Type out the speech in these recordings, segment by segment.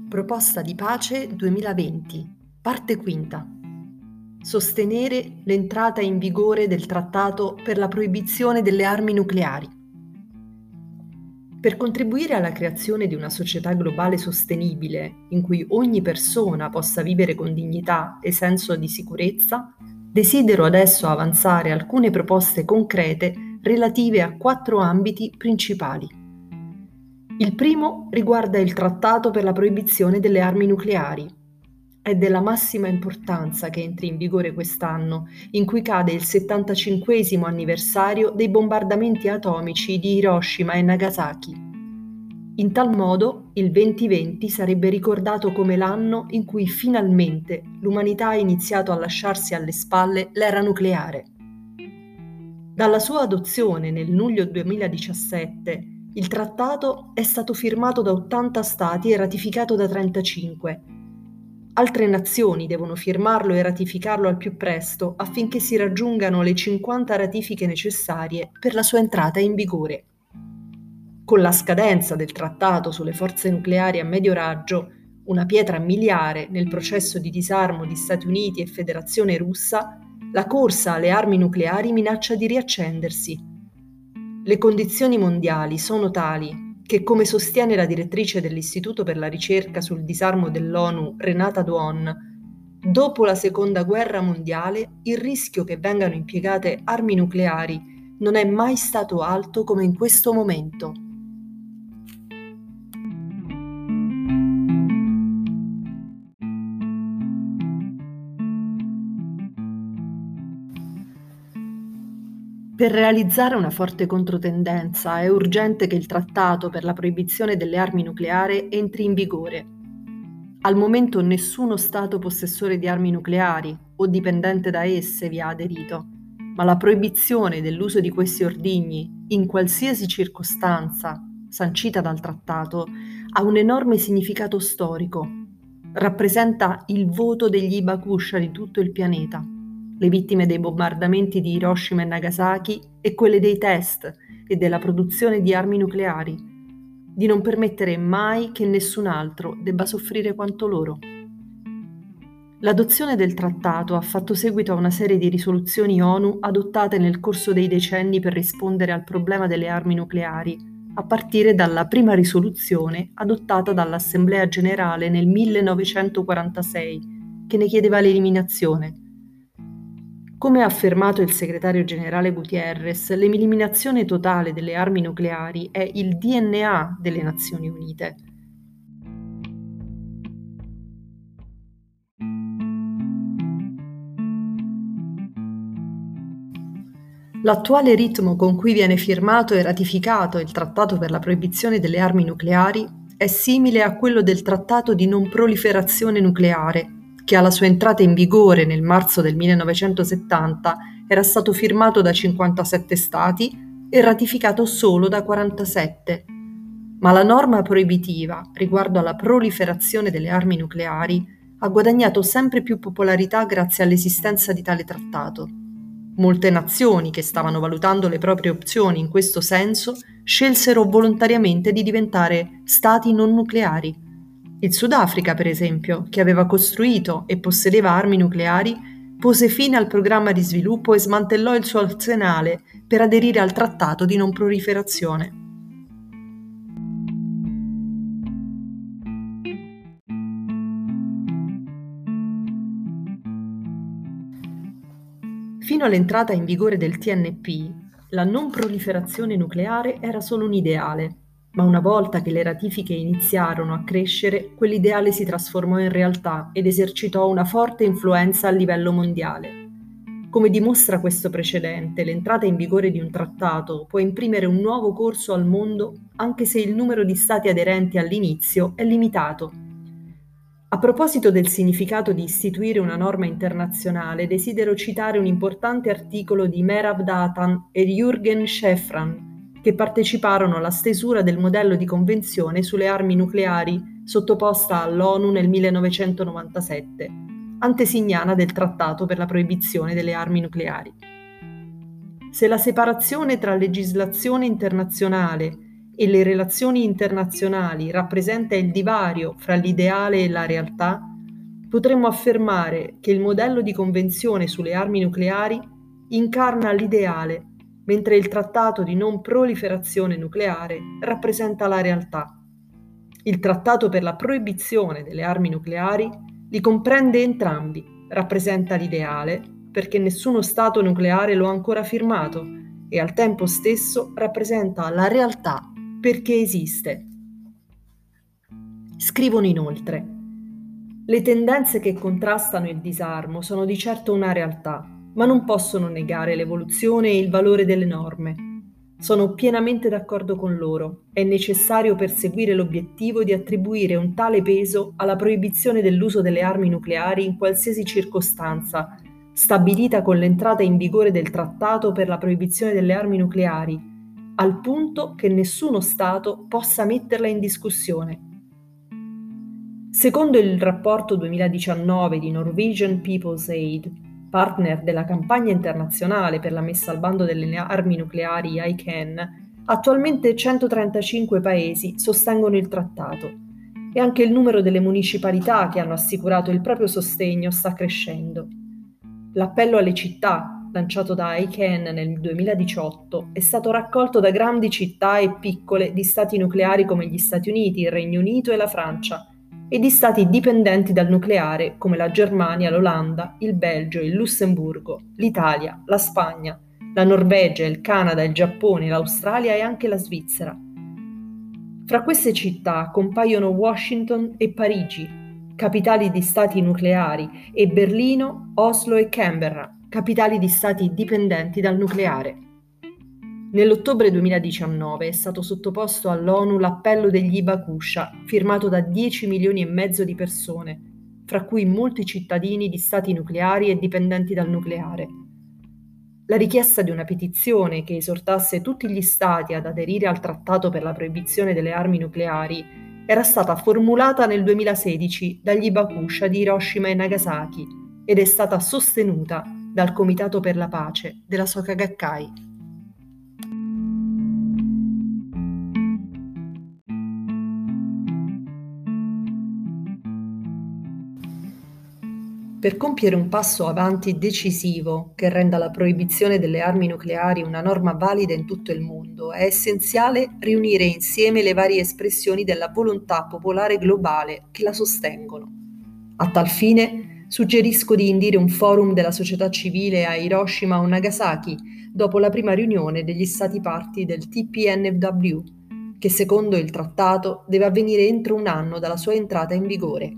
Proposta di pace 2020, parte quinta. Sostenere l'entrata in vigore del trattato per la proibizione delle armi nucleari. Per contribuire alla creazione di una società globale sostenibile, in cui ogni persona possa vivere con dignità e senso di sicurezza, desidero adesso avanzare alcune proposte concrete relative a 4 ambiti principali. Il primo riguarda il Trattato per la proibizione delle armi nucleari. È della massima importanza che entri in vigore quest'anno, in cui cade il 75° anniversario dei bombardamenti atomici di Hiroshima e Nagasaki. In tal modo, il 2020 sarebbe ricordato come l'anno in cui finalmente l'umanità ha iniziato a lasciarsi alle spalle l'era nucleare. Dalla sua adozione nel luglio 2017, il trattato è stato firmato da 80 stati e ratificato da 35. Altre nazioni devono firmarlo e ratificarlo al più presto affinché si raggiungano le 50 ratifiche necessarie per la sua entrata in vigore. Con la scadenza del trattato sulle forze nucleari a medio raggio, una pietra miliare nel processo di disarmo di Stati Uniti e Federazione Russa, la corsa alle armi nucleari minaccia di riaccendersi. Le condizioni mondiali sono tali che, come sostiene la direttrice dell'Istituto per la ricerca sul disarmo dell'ONU, Renata Duon, dopo la Seconda Guerra Mondiale il rischio che vengano impiegate armi nucleari non è mai stato alto come in questo momento. Per realizzare una forte controtendenza è urgente che il trattato per la proibizione delle armi nucleari entri in vigore. Al momento nessuno Stato possessore di armi nucleari o dipendente da esse vi ha aderito, ma la proibizione dell'uso di questi ordigni in qualsiasi circostanza sancita dal trattato ha un enorme significato storico. Rappresenta il voto degli Hibakusha di tutto il pianeta, le vittime dei bombardamenti di Hiroshima e Nagasaki e quelle dei test e della produzione di armi nucleari, di non permettere mai che nessun altro debba soffrire quanto loro. L'adozione del trattato ha fatto seguito a una serie di risoluzioni ONU adottate nel corso dei decenni per rispondere al problema delle armi nucleari, a partire dalla prima risoluzione adottata dall'Assemblea Generale nel 1946, che ne chiedeva l'eliminazione. Come ha affermato il segretario generale Guterres, l'eliminazione totale delle armi nucleari è il DNA delle Nazioni Unite. L'attuale ritmo con cui viene firmato e ratificato il Trattato per la proibizione delle armi nucleari è simile a quello del Trattato di non proliferazione nucleare, che alla sua entrata in vigore nel marzo del 1970 era stato firmato da 57 Stati e ratificato solo da 47. Ma la norma proibitiva riguardo alla proliferazione delle armi nucleari ha guadagnato sempre più popolarità grazie all'esistenza di tale trattato. Molte nazioni che stavano valutando le proprie opzioni in questo senso scelsero volontariamente di diventare stati non nucleari. Il Sudafrica, per esempio, che aveva costruito e possedeva armi nucleari, pose fine al programma di sviluppo e smantellò il suo arsenale per aderire al trattato di non proliferazione. Fino all'entrata in vigore del TNP, la non proliferazione nucleare era solo un ideale. Ma una volta che le ratifiche iniziarono a crescere, quell'ideale si trasformò in realtà ed esercitò una forte influenza a livello mondiale. Come dimostra questo precedente, l'entrata in vigore di un trattato può imprimere un nuovo corso al mondo anche se il numero di stati aderenti all'inizio è limitato. A proposito del significato di istituire una norma internazionale, desidero citare un importante articolo di Mehrav Datan e Jürgen Schäfran, che parteciparono alla stesura del modello di convenzione sulle armi nucleari sottoposta all'ONU nel 1997, antesignana del Trattato per la proibizione delle armi nucleari. Se la separazione tra legislazione internazionale e le relazioni internazionali rappresenta il divario fra l'ideale e la realtà, potremmo affermare che il modello di convenzione sulle armi nucleari incarna l'ideale, mentre il trattato di non proliferazione nucleare rappresenta la realtà. Il trattato per la proibizione delle armi nucleari li comprende entrambi, rappresenta l'ideale, perché nessuno Stato nucleare lo ha ancora firmato, e al tempo stesso rappresenta la realtà perché esiste. Scrivono inoltre: le tendenze che contrastano il disarmo sono di certo una realtà, ma non possono negare l'evoluzione e il valore delle norme. Sono pienamente d'accordo con loro. È necessario perseguire l'obiettivo di attribuire un tale peso alla proibizione dell'uso delle armi nucleari in qualsiasi circostanza, stabilita con l'entrata in vigore del Trattato per la proibizione delle armi nucleari, al punto che nessuno Stato possa metterla in discussione. Secondo il rapporto 2019 di Norwegian People's Aid, partner della campagna internazionale per la messa al bando delle armi nucleari ICAN, attualmente 135 paesi sostengono il trattato e anche il numero delle municipalità che hanno assicurato il proprio sostegno sta crescendo. L'appello alle città, lanciato da ICAN nel 2018, è stato raccolto da grandi città e piccole di stati nucleari come gli Stati Uniti, il Regno Unito e la Francia, e di stati dipendenti dal nucleare come la Germania, l'Olanda, il Belgio, il Lussemburgo, l'Italia, la Spagna, la Norvegia, il Canada, il Giappone, l'Australia e anche la Svizzera. Fra queste città compaiono Washington e Parigi, capitali di stati nucleari, e Berlino, Oslo e Canberra, capitali di stati dipendenti dal nucleare. Nell'ottobre 2019 è stato sottoposto all'ONU l'appello degli Hibakusha, firmato da 10 milioni e mezzo di persone, fra cui molti cittadini di stati nucleari e dipendenti dal nucleare. La richiesta di una petizione che esortasse tutti gli stati ad aderire al trattato per la proibizione delle armi nucleari era stata formulata nel 2016 dagli Hibakusha di Hiroshima e Nagasaki ed è stata sostenuta dal Comitato per la Pace della Soka Gakkai. Per compiere un passo avanti decisivo che renda la proibizione delle armi nucleari una norma valida in tutto il mondo, è essenziale riunire insieme le varie espressioni della volontà popolare globale che la sostengono. A tal fine, suggerisco di indire un forum della società civile a Hiroshima o Nagasaki dopo la prima riunione degli Stati parti del TPNW, che secondo il trattato deve avvenire entro un anno dalla sua entrata in vigore.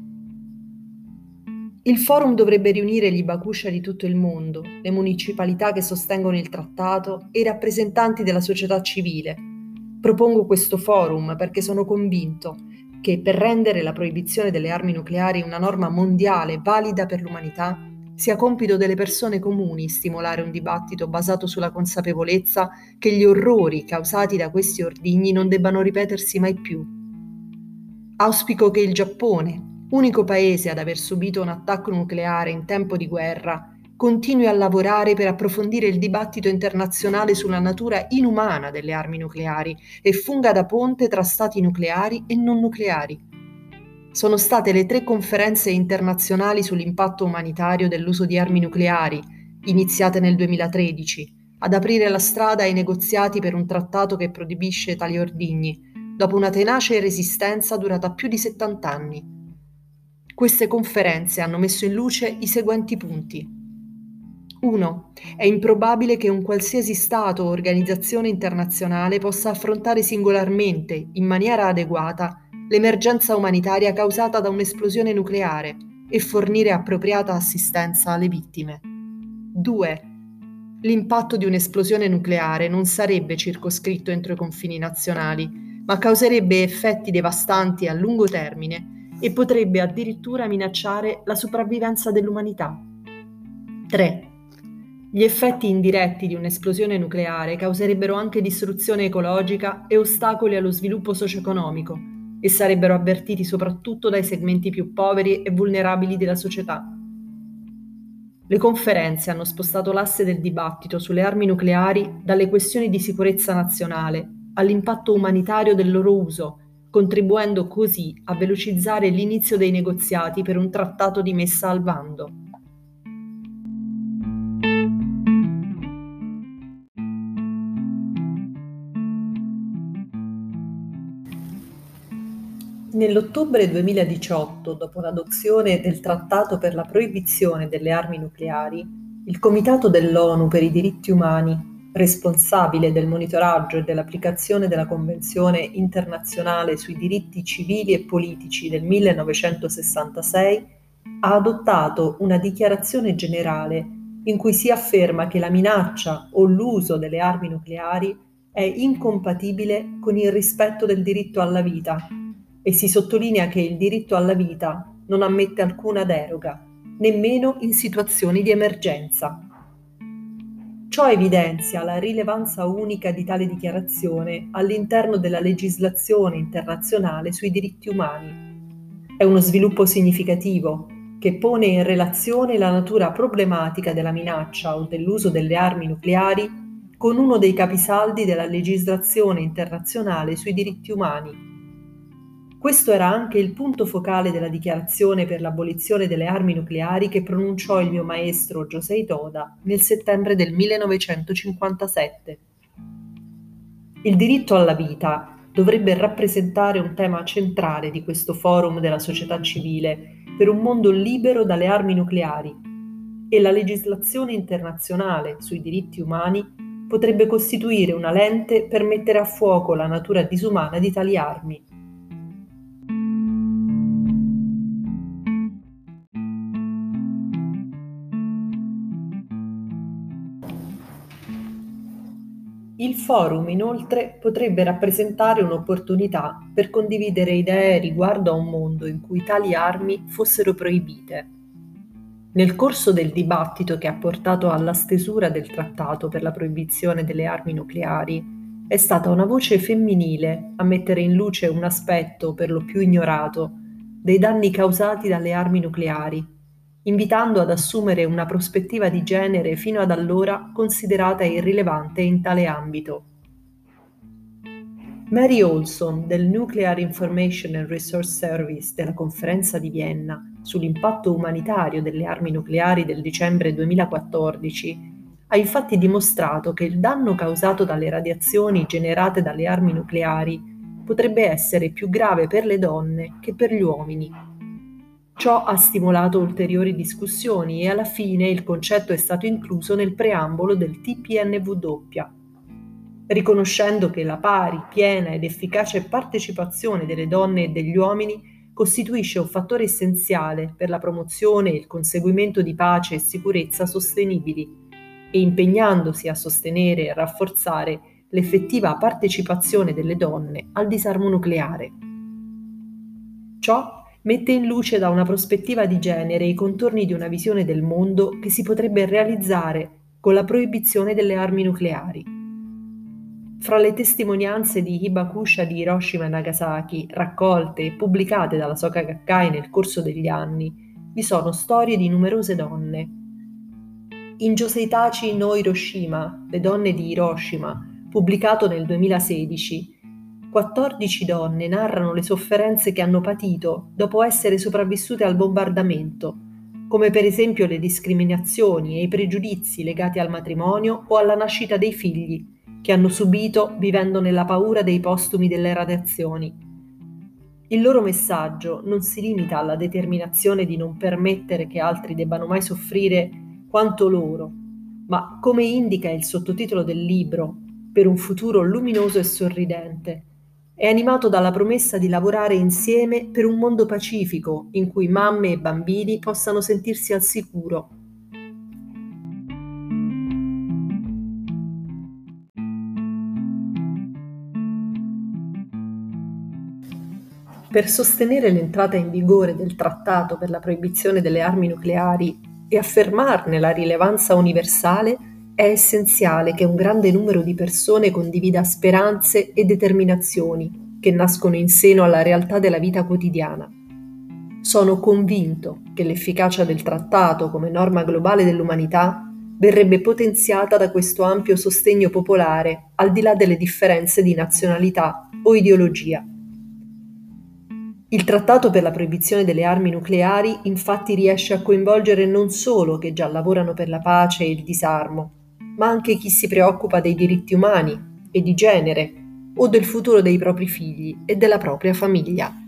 Il forum dovrebbe riunire gli Hibakusha di tutto il mondo, le municipalità che sostengono il trattato e i rappresentanti della società civile. Propongo questo forum perché sono convinto che per rendere la proibizione delle armi nucleari una norma mondiale valida per l'umanità, sia compito delle persone comuni stimolare un dibattito basato sulla consapevolezza che gli orrori causati da questi ordigni non debbano ripetersi mai più. Auspico che il Giappone, unico paese ad aver subito un attacco nucleare in tempo di guerra, continui a lavorare per approfondire il dibattito internazionale sulla natura inumana delle armi nucleari e funga da ponte tra stati nucleari e non nucleari. Sono state le 3 conferenze internazionali sull'impatto umanitario dell'uso di armi nucleari, iniziate nel 2013, ad aprire la strada ai negoziati per un trattato che proibisce tali ordigni, dopo una tenace resistenza durata più di 70 anni. Queste conferenze hanno messo in luce i seguenti punti. 1. È improbabile che un qualsiasi Stato o organizzazione internazionale possa affrontare singolarmente, in maniera adeguata, l'emergenza umanitaria causata da un'esplosione nucleare e fornire appropriata assistenza alle vittime. 2. L'impatto di un'esplosione nucleare non sarebbe circoscritto entro i confini nazionali, ma causerebbe effetti devastanti a lungo termine e potrebbe addirittura minacciare la sopravvivenza dell'umanità. 3. Gli effetti indiretti di un'esplosione nucleare causerebbero anche distruzione ecologica e ostacoli allo sviluppo socio-economico e sarebbero avvertiti soprattutto dai segmenti più poveri e vulnerabili della società. Le conferenze hanno spostato l'asse del dibattito sulle armi nucleari dalle questioni di sicurezza nazionale all'impatto umanitario del loro uso, contribuendo così a velocizzare l'inizio dei negoziati per un trattato di messa al bando. Nell'ottobre 2018, dopo l'adozione del Trattato per la proibizione delle armi nucleari, il Comitato dell'ONU per i diritti umani, responsabile del monitoraggio e dell'applicazione della Convenzione internazionale sui diritti civili e politici del 1966, ha adottato una dichiarazione generale in cui si afferma che la minaccia o l'uso delle armi nucleari è incompatibile con il rispetto del diritto alla vita e si sottolinea che il diritto alla vita non ammette alcuna deroga, nemmeno in situazioni di emergenza. Ciò evidenzia la rilevanza unica di tale dichiarazione all'interno della legislazione internazionale sui diritti umani. È uno sviluppo significativo che pone in relazione la natura problematica della minaccia o dell'uso delle armi nucleari con uno dei capisaldi della legislazione internazionale sui diritti umani. Questo era anche il punto focale della dichiarazione per l'abolizione delle armi nucleari che pronunciò il mio maestro Josei Toda nel settembre del 1957. Il diritto alla vita dovrebbe rappresentare un tema centrale di questo forum della società civile per un mondo libero dalle armi nucleari e la legislazione internazionale sui diritti umani potrebbe costituire una lente per mettere a fuoco la natura disumana di tali armi. Il forum, inoltre, potrebbe rappresentare un'opportunità per condividere idee riguardo a un mondo in cui tali armi fossero proibite. Nel corso del dibattito che ha portato alla stesura del trattato per la proibizione delle armi nucleari, è stata una voce femminile a mettere in luce un aspetto per lo più ignorato dei danni causati dalle armi nucleari, invitando ad assumere una prospettiva di genere fino ad allora considerata irrilevante in tale ambito. Mary Olson del Nuclear Information and Research Service della Conferenza di Vienna sull'impatto umanitario delle armi nucleari del dicembre 2014 ha infatti dimostrato che il danno causato dalle radiazioni generate dalle armi nucleari potrebbe essere più grave per le donne che per gli uomini. Ciò ha stimolato ulteriori discussioni e alla fine il concetto è stato incluso nel preambolo del TPNW, riconoscendo che la pari, piena ed efficace partecipazione delle donne e degli uomini costituisce un fattore essenziale per la promozione e il conseguimento di pace e sicurezza sostenibili, e impegnandosi a sostenere e rafforzare l'effettiva partecipazione delle donne al disarmo nucleare. Ciò mette in luce da una prospettiva di genere i contorni di una visione del mondo che si potrebbe realizzare con la proibizione delle armi nucleari. Fra le testimonianze di Hibakusha di Hiroshima e Nagasaki, raccolte e pubblicate dalla Soka Gakkai nel corso degli anni, vi sono storie di numerose donne. In Joseitachi no Hiroshima, Le donne di Hiroshima, pubblicato nel 2016, 14 donne narrano le sofferenze che hanno patito dopo essere sopravvissute al bombardamento, come per esempio le discriminazioni e i pregiudizi legati al matrimonio o alla nascita dei figli, che hanno subito vivendo nella paura dei postumi delle radiazioni. Il loro messaggio non si limita alla determinazione di non permettere che altri debbano mai soffrire quanto loro, ma, come indica il sottotitolo del libro, per un futuro luminoso e sorridente, è animato dalla promessa di lavorare insieme per un mondo pacifico in cui mamme e bambini possano sentirsi al sicuro. Per sostenere l'entrata in vigore del Trattato per la proibizione delle armi nucleari e affermarne la rilevanza universale, è essenziale che un grande numero di persone condivida speranze e determinazioni che nascono in seno alla realtà della vita quotidiana. Sono convinto che l'efficacia del trattato come norma globale dell'umanità verrebbe potenziata da questo ampio sostegno popolare, al di là delle differenze di nazionalità o ideologia. Il trattato per la proibizione delle armi nucleari infatti riesce a coinvolgere non solo chi già lavorano per la pace e il disarmo, ma anche chi si preoccupa dei diritti umani e di genere o del futuro dei propri figli e della propria famiglia.